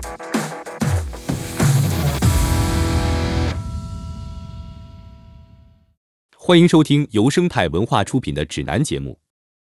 欢迎收听由生态文化出品的指南节目。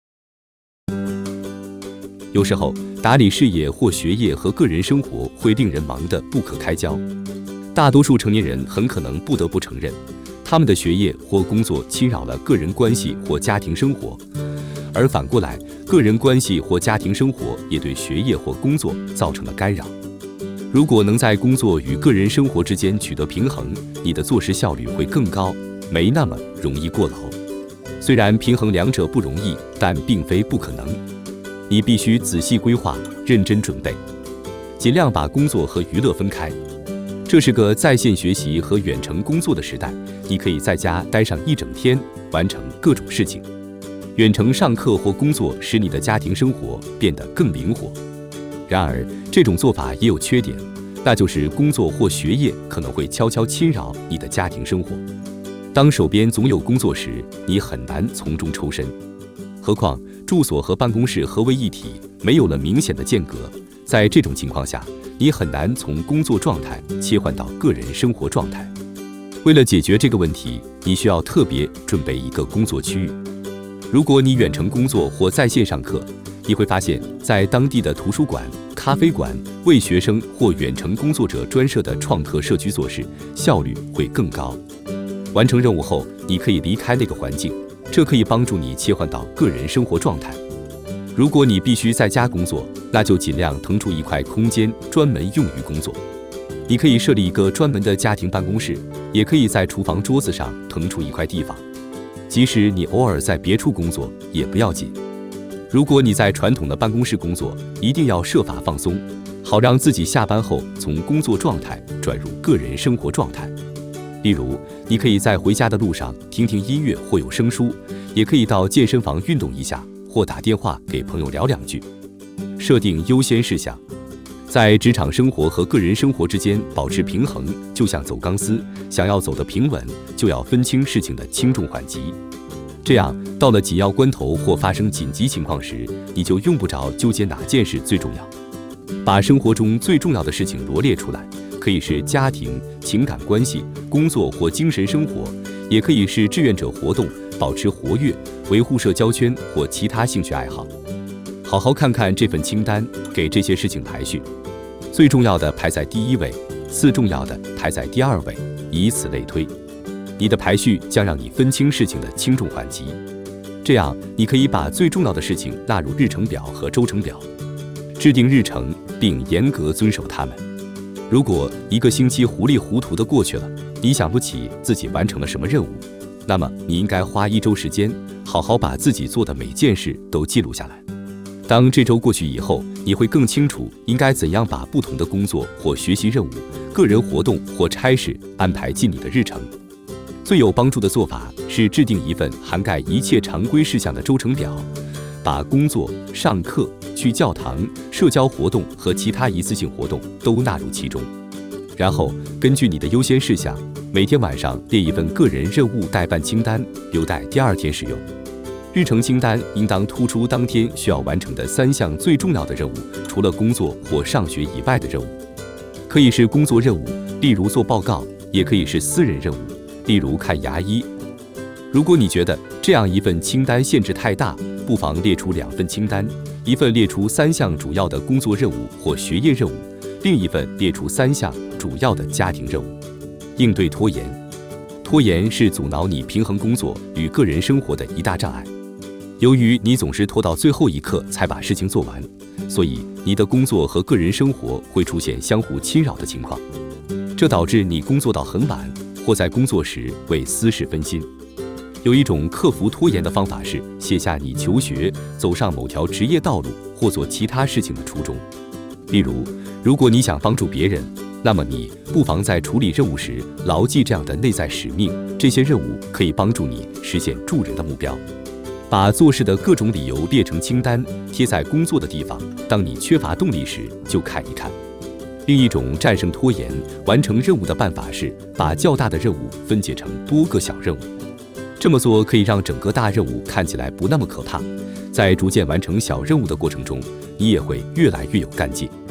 有时候，打理事业或学业和个人生活会令人忙得不可开交。大多数成年人很可能不得不承认，他们的学业或工作侵扰了个人关系或家庭生活，而反过来，个人关系或家庭生活也对学业或工作造成了干扰。如果能在工作与个人生活之间取得平衡，你的做事效率会更高，没那么容易过劳。虽然平衡两者不容易，但并非不可能。你必须仔细规划，认真准备，尽量把工作和娱乐分开。这是个在线学习和远程工作的时代，你可以在家待上一整天，完成各种事情。远程上课或工作使你的家庭生活变得更灵活。然而，这种做法也有缺点，那就是工作或学业可能会悄悄侵扰你的家庭生活。当手边总有工作时，你很难从中抽身。何况，住所和办公室合为一体，没有了明显的间隔。在这种情况下，你很难从工作状态切换到个人生活状态。为了解决这个问题，你需要特别准备一个工作区域。如果你远程工作或在线上课，你会发现在当地的图书馆、咖啡馆为学生或远程工作者专设的创客社区做事，效率会更高。完成任务后，你可以离开那个环境，这可以帮助你切换到个人生活状态。如果你必须在家工作，那就尽量腾出一块空间专门用于工作。你可以设立一个专门的家庭办公室，也可以在厨房桌子上腾出一块地方。即使你偶尔在别处工作，也不要紧。如果你在传统的办公室工作，一定要设法放松，好让自己下班后从工作状态转入个人生活状态。例如，你可以在回家的路上听听音乐或有声书，也可以到健身房运动一下，或打电话给朋友聊两句。设定优先事项，在职场生活和个人生活之间保持平衡，就像走钢丝，想要走得平稳，就要分清事情的轻重缓急。这样，到了紧要关头或发生紧急情况时，你就用不着纠结哪件事最重要。把生活中最重要的事情罗列出来，可以是家庭、情感关系、工作或精神生活，也可以是志愿者活动，保持活跃，维护社交圈或其他兴趣爱好。好好看看这份清单，给这些事情排序，最重要的排在第一位，次重要的排在第二位，以此类推。你的排序将让你分清事情的轻重缓急，这样你可以把最重要的事情纳入日程表和周程表，制定日程并严格遵守它们。如果一个星期糊里糊涂地过去了，你想不起自己完成了什么任务，那么你应该花1周时间，好好把自己做的每件事都记录下来。当这周过去以后，你会更清楚应该怎样把不同的工作或学习任务、个人活动或差事安排进你的日程。最有帮助的做法是制定一份涵盖一切常规事项的周程表，把工作、上课、去教堂、社交活动和其他一次性活动都纳入其中。然后根据你的优先事项，每天晚上列一份个人任务待办清单，留待第二天使用。日程清单应当突出当天需要完成的3项最重要的任务，除了工作或上学以外的任务。可以是工作任务，例如做报告，也可以是私人任务，例如看牙医。如果你觉得这样一份清单限制太大，不妨列出2份清单，一份列出3项主要的工作任务或学业任务，另一份列出3项主要的家庭任务。应对拖延，拖延是阻挠你平衡工作与个人生活的一大障碍。由于你总是拖到最后一刻才把事情做完，所以你的工作和个人生活会出现相互侵扰的情况，这导致你工作到很晚，或在工作时为私事分心。有一种克服拖延的方法是写下你求学、走上某条职业道路或做其他事情的初衷。例如，如果你想帮助别人，那么你不妨在处理任务时牢记这样的内在使命，这些任务可以帮助你实现助人的目标。把做事的各种理由列成清单，贴在工作的地方，当你缺乏动力时就看一看。另一种战胜拖延、完成任务的办法是把较大的任务分解成多个小任务。这么做可以让整个大任务看起来不那么可怕，在逐渐完成小任务的过程中，你也会越来越有干劲。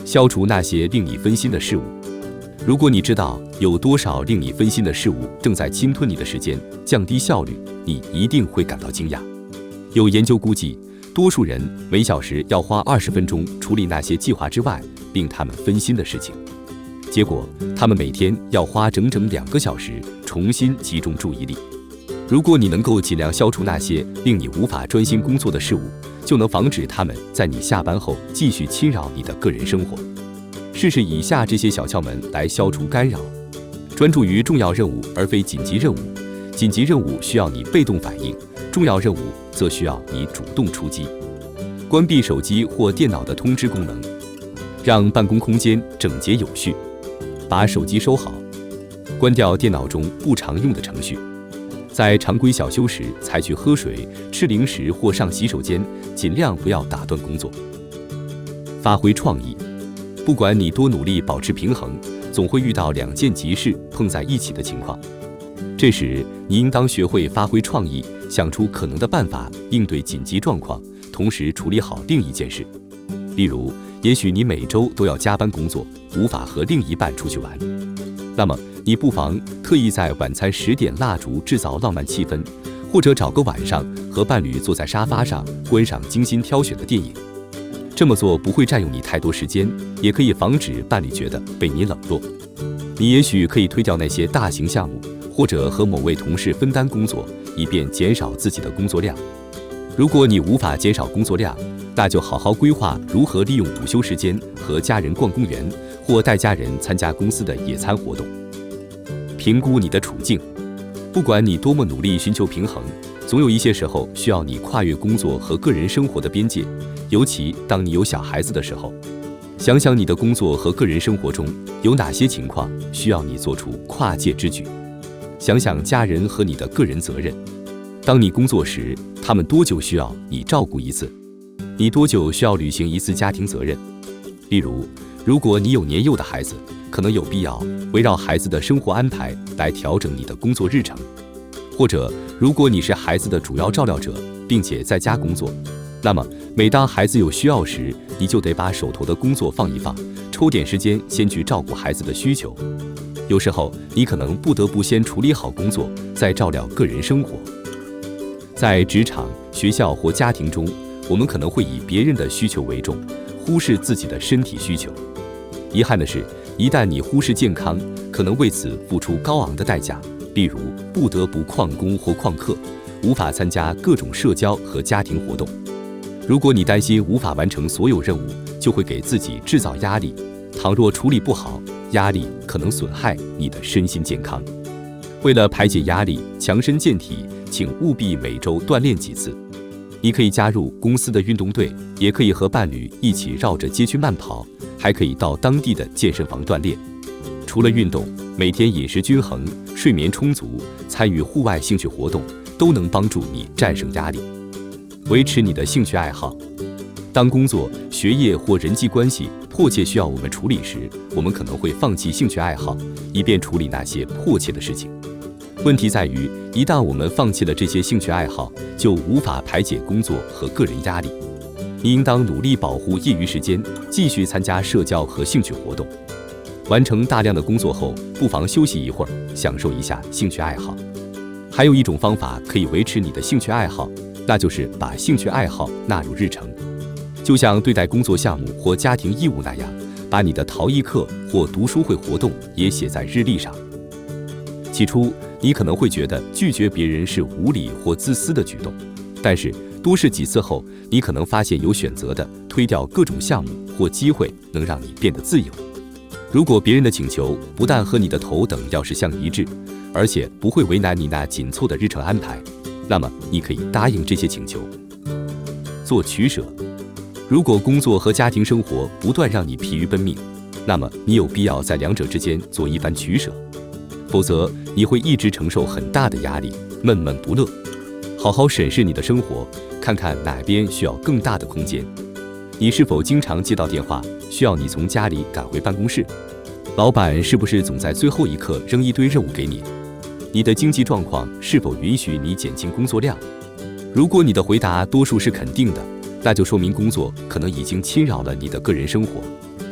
消除那些令你分心的事物。如果你知道有多少令你分心的事物正在侵吞你的时间，降低效率，你一定会感到惊讶。有研究估计，多数人每小时要花20分钟处理那些计划之外令他们分心的事情，结果他们每天要花整整2个小时重新集中注意力。如果你能够尽量消除那些令你无法专心工作的事物，就能防止他们在你下班后继续侵扰你的个人生活。试试以下这些小窍门来消除干扰：专注于重要任务而非紧急任务，紧急任务需要你被动反应，重要任务则需要你主动出击。关闭手机或电脑的通知功能，让办公空间整洁有序。把手机收好，关掉电脑中不常用的程序。在常规小休时采取喝水、吃零食或上洗手间，尽量不要打断工作。发挥创意，不管你多努力保持平衡，总会遇到2件急事碰在一起的情况。这时，你应当学会发挥创意，想出可能的办法应对紧急状况，同时处理好另一件事。例如，也许你每周都要加班工作，无法和另一半出去玩。那么，你不妨特意在晚餐时点蜡烛，制造浪漫气氛，或者找个晚上和伴侣坐在沙发上，观赏精心挑选的电影。这么做不会占用你太多时间，也可以防止伴侣觉得被你冷落。你也许可以推掉那些大型项目，或者和某位同事分担工作，以便减少自己的工作量。如果你无法减少工作量，那就好好规划如何利用午休时间和家人逛公园，或带家人参加公司的野餐活动。评估你的处境，不管你多么努力寻求平衡，总有一些时候需要你跨越工作和个人生活的边界，尤其当你有小孩子的时候。想想你的工作和个人生活中有哪些情况需要你做出跨界之举。想想家人和你的个人责任。当你工作时，他们多久需要你照顾一次？你多久需要履行一次家庭责任？例如，如果你有年幼的孩子，可能有必要围绕孩子的生活安排来调整你的工作日程。或者，如果你是孩子的主要照料者，并且在家工作，那么每当孩子有需要时，你就得把手头的工作放一放，抽点时间先去照顾孩子的需求。有时候，你可能不得不先处理好工作，再照料个人生活。在职场、学校或家庭中，我们可能会以别人的需求为重，忽视自己的身体需求。遗憾的是，一旦你忽视健康，可能为此付出高昂的代价，例如不得不旷工或旷课，无法参加各种社交和家庭活动。如果你担心无法完成所有任务，就会给自己制造压力。倘若处理不好，压力可能损害你的身心健康。为了排解压力、强身健体，请务必每周锻炼几次。你可以加入公司的运动队，也可以和伴侣一起绕着街区慢跑，还可以到当地的健身房锻炼。除了运动，每天饮食均衡、睡眠充足，参与户外兴趣活动，都能帮助你战胜压力。维持你的兴趣爱好。当工作、学业或人际关系迫切需要我们处理时，我们可能会放弃兴趣爱好，以便处理那些迫切的事情。问题在于，一旦我们放弃了这些兴趣爱好，就无法排解工作和个人压力。你应当努力保护业余时间，继续参加社交和兴趣活动。完成大量的工作后，不妨休息一会儿，享受一下兴趣爱好。还有一种方法可以维持你的兴趣爱好，那就是把兴趣爱好纳入日程。就像对待工作项目或家庭义务那样，把你的陶艺课或读书会活动也写在日历上。起初，你可能会觉得拒绝别人是无理或自私的举动，但是多试几次后，你可能发现有选择地推掉各种项目或机会能让你变得自由。如果别人的请求不但和你的头等要事项一致，而且不会为难你那紧凑的日程安排，那么你可以答应这些请求。做取舍。如果工作和家庭生活不断让你疲于奔命，那么你有必要在两者之间做一番取舍，否则你会一直承受很大的压力，闷闷不乐。好好审视你的生活，看看哪边需要更大的空间。你是否经常接到电话，需要你从家里赶回办公室？老板是不是总在最后一刻扔一堆任务给你？你的经济状况是否允许你减轻工作量？如果你的回答多数是肯定的，那就说明工作可能已经侵扰了你的个人生活。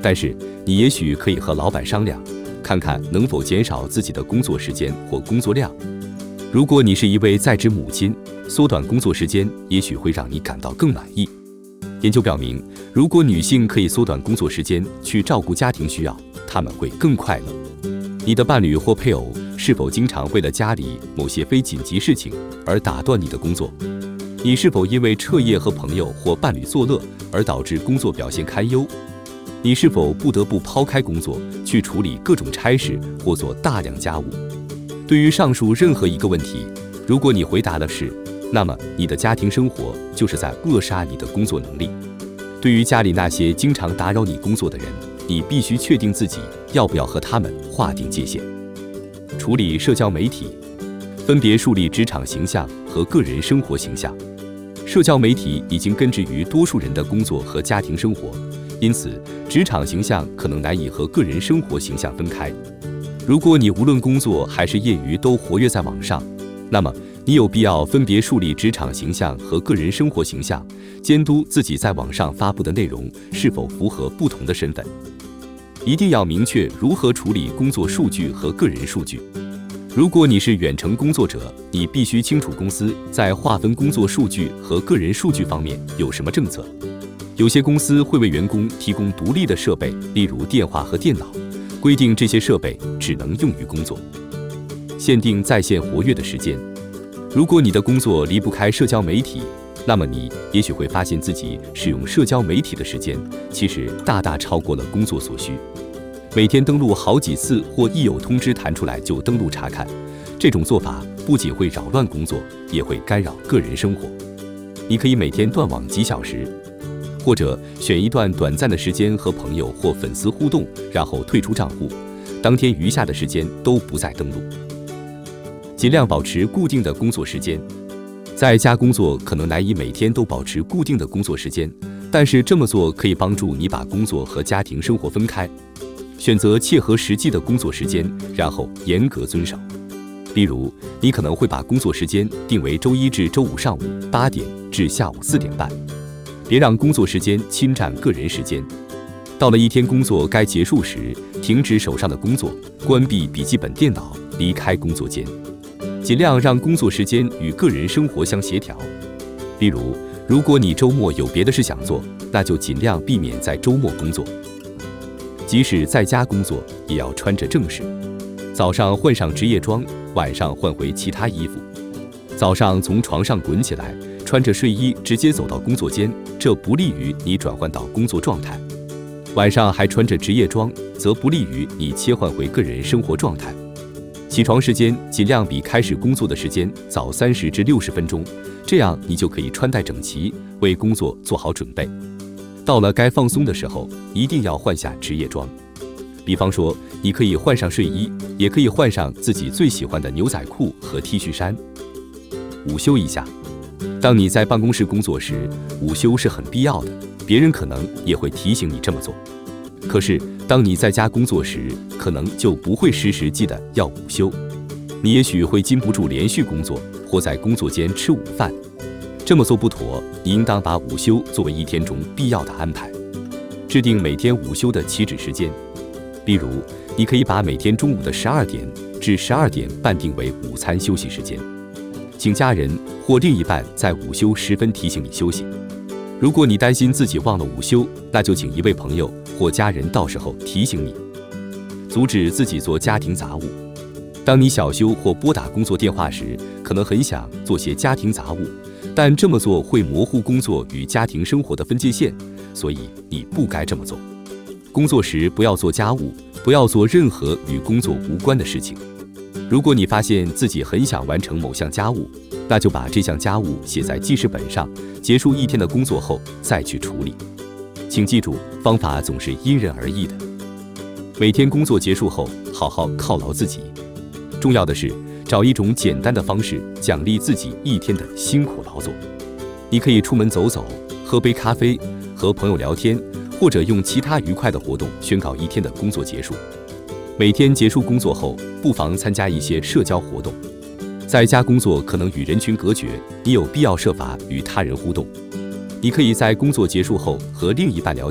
但是你也许可以和老板商量，看看能否减少自己的工作时间或工作量。如果你是一位在职母亲，缩短工作时间也许会让你感到更满意。研究表明，如果女性可以缩短工作时间去照顾家庭需要，她们会更快乐。你的伴侣或配偶是否经常为了家里某些非紧急事情而打断你的工作？你是否因为彻夜和朋友或伴侣作乐而导致工作表现堪忧？你是否不得不抛开工作去处理各种差事或做大量家务？对于上述任何一个问题，如果你回答的是，那么你的家庭生活就是在扼杀你的工作能力。对于家里那些经常打扰你工作的人，你必须确定自己要不要和他们划定界限。处理社交媒体，分别树立职场形象和个人生活形象。社交媒体已经根植于多数人的工作和家庭生活，因此职场形象可能难以和个人生活形象分开。如果你无论工作还是业余都活跃在网上，那么你有必要分别树立职场形象和个人生活形象，监督自己在网上发布的内容是否符合不同的身份。一定要明确如何处理工作数据和个人数据。如果你是远程工作者，你必须清楚公司在划分工作数据和个人数据方面有什么政策。有些公司会为员工提供独立的设备，例如电话和电脑，规定这些设备只能用于工作。限定在线活跃的时间。如果你的工作离不开社交媒体，那么你也许会发现自己使用社交媒体的时间其实大大超过了工作所需。每天登录好几次，或一有通知弹出来就登录查看，这种做法不仅会扰乱工作，也会干扰个人生活。你可以每天断网几小时，或者选一段短暂的时间和朋友或粉丝互动，然后退出账户，当天余下的时间都不再登录。尽量保持固定的工作时间。在家工作可能难以每天都保持固定的工作时间，但是这么做可以帮助你把工作和家庭生活分开。选择切合实际的工作时间，然后严格遵守。例如，你可能会把工作时间定为周一至周五上午8点至下午4点半，别让工作时间侵占个人时间。到了一天工作该结束时，停止手上的工作，关闭笔记本电脑，离开工作间。尽量让工作时间与个人生活相协调。例如，如果你周末有别的事想做，那就尽量避免在周末工作。即使在家工作，也要穿着正式。早上换上职业装，晚上换回其他衣服。早上从床上滚起来，穿着睡衣直接走到工作间，这不利于你转换到工作状态。晚上还穿着职业装，则不利于你切换回个人生活状态。起床时间尽量比开始工作的时间早30至60分钟，这样你就可以穿戴整齐，为工作做好准备。到了该放松的时候，一定要换下职业装。比方说，你可以换上睡衣，也可以换上自己最喜欢的牛仔裤和 T 恤衫。午休一下。当你在办公室工作时，午休是很必要的，别人可能也会提醒你这么做。可是，当你在家工作时，可能就不会时时记得要午休。你也许会禁不住连续工作，或在工作间吃午饭。这么做不妥，你应当把午休作为一天中必要的安排。制定每天午休的起止时间。例如，你可以把每天中午的12点至12点半定为午餐休息时间。请家人或另一半在午休时分提醒你休息。如果你担心自己忘了午休，那就请一位朋友或家人到时候提醒你。阻止自己做家庭杂物。当你小休或拨打工作电话时，可能很想做些家庭杂物，但这么做会模糊工作与家庭生活的分界线，所以你不该这么做。工作时不要做家务，不要做任何与工作无关的事情。如果你发现自己很想完成某项家务，那就把这项家务写在记事本上，结束一天的工作后再去处理。请记住，方法总是因人而异的。每天工作结束后，好好犒劳自己。重要的是，找一种简单的方式奖励自己一天的辛苦劳作。你可以出门走走，喝杯咖啡，和朋友聊天，或者用其他愉快的活动宣告一天的工作结束。每天结束工作后，不妨参加一些社交活动。在家工作可能与人群隔绝，你有必要设法与他人互动。你可以在工作结束后和另一半聊天，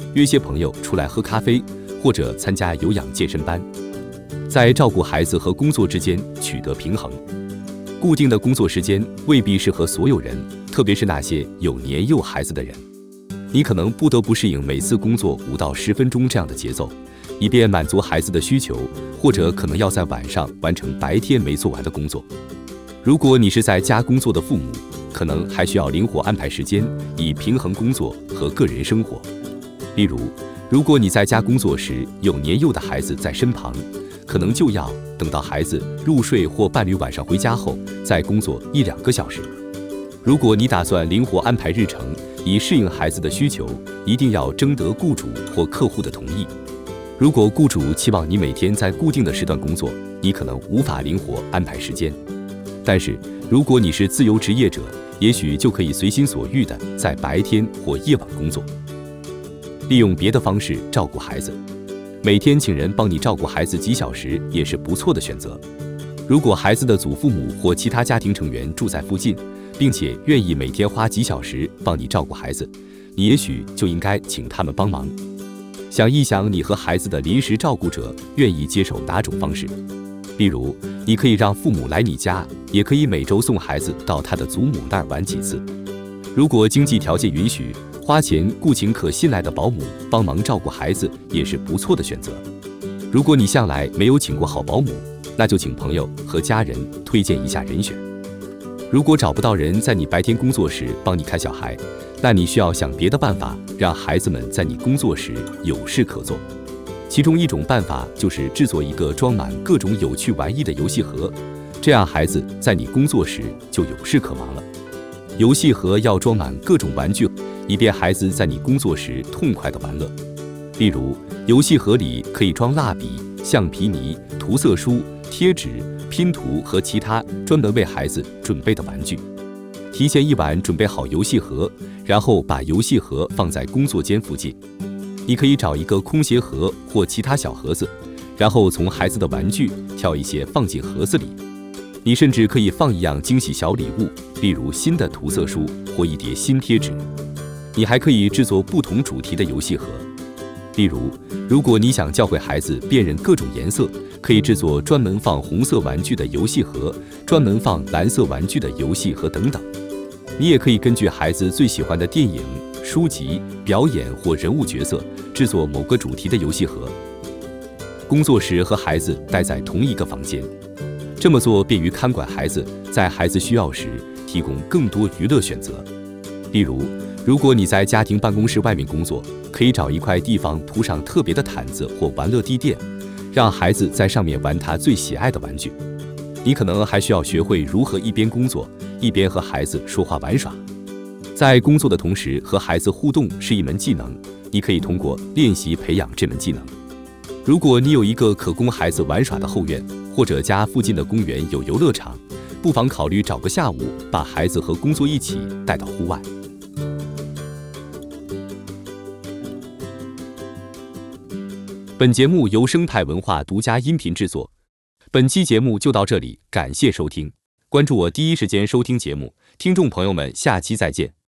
约些朋友出来喝咖啡，或者参加有氧健身班。在照顾孩子和工作之间取得平衡。固定的工作时间未必适合所有人，特别是那些有年幼孩子的人。你可能不得不适应每次工作5到10分钟这样的节奏，以便满足孩子的需求，或者可能要在晚上完成白天没做完的工作。如果你是在家工作的父母，可能还需要灵活安排时间，以平衡工作和个人生活。例如，如果你在家工作时有年幼的孩子在身旁，可能就要等到孩子入睡或伴侣晚上回家后，再工作1-2个小时。如果你打算灵活安排日程，以适应孩子的需求，一定要征得雇主或客户的同意。如果雇主期望你每天在固定的时段工作，你可能无法灵活安排时间。但是，如果你是自由职业者，也许就可以随心所欲地在白天或夜晚工作。利用别的方式照顾孩子，每天请人帮你照顾孩子几小时也是不错的选择。如果孩子的祖父母或其他家庭成员住在附近，并且愿意每天花几小时帮你照顾孩子，你也许就应该请他们帮忙。想一想，你和孩子的临时照顾者愿意接受哪种方式？例如，你可以让父母来你家，也可以每周送孩子到他的祖母那儿玩几次。如果经济条件允许，花钱雇请可信赖的保姆帮忙照顾孩子也是不错的选择。如果你向来没有请过好保姆，那就请朋友和家人推荐一下人选。如果找不到人在你白天工作时帮你看小孩，那你需要想别的办法，让孩子们在你工作时有事可做。其中一种办法就是制作一个装满各种有趣玩意的游戏盒，这样孩子在你工作时就有事可忙了。游戏盒要装满各种玩具，以便孩子在你工作时痛快地玩乐。例如，游戏盒里可以装蜡笔、橡皮泥、涂色书、贴纸、拼图和其他专门为孩子准备的玩具。提前1晚准备好游戏盒，然后把游戏盒放在工作间附近。你可以找一个空鞋盒或其他小盒子，然后从孩子的玩具挑一些放进盒子里。你甚至可以放一样惊喜小礼物，例如新的涂色书或一叠新贴纸。你还可以制作不同主题的游戏盒，例如，如果你想教会孩子辨认各种颜色，可以制作专门放红色玩具的游戏盒，专门放蓝色玩具的游戏盒等等。你也可以根据孩子最喜欢的电影、书籍、表演或人物角色，制作某个主题的游戏盒。工作时和孩子待在同一个房间，这么做便于看管孩子，在孩子需要时提供更多娱乐选择。例如，如果你在家庭办公室外面工作，可以找一块地方涂上特别的毯子或玩乐地垫，让孩子在上面玩他最喜爱的玩具。你可能还需要学会如何一边工作，一边和孩子说话玩耍。在工作的同时和孩子互动是一门技能，你可以通过练习培养这门技能。如果你有一个可供孩子玩耍的后院，或者家附近的公园有游乐场，不妨考虑找个下午，把孩子和工作一起带到户外。本节目由生态文化独家音频制作。本期节目就到这里，感谢收听，关注我第一时间收听节目。听众朋友们，下期再见。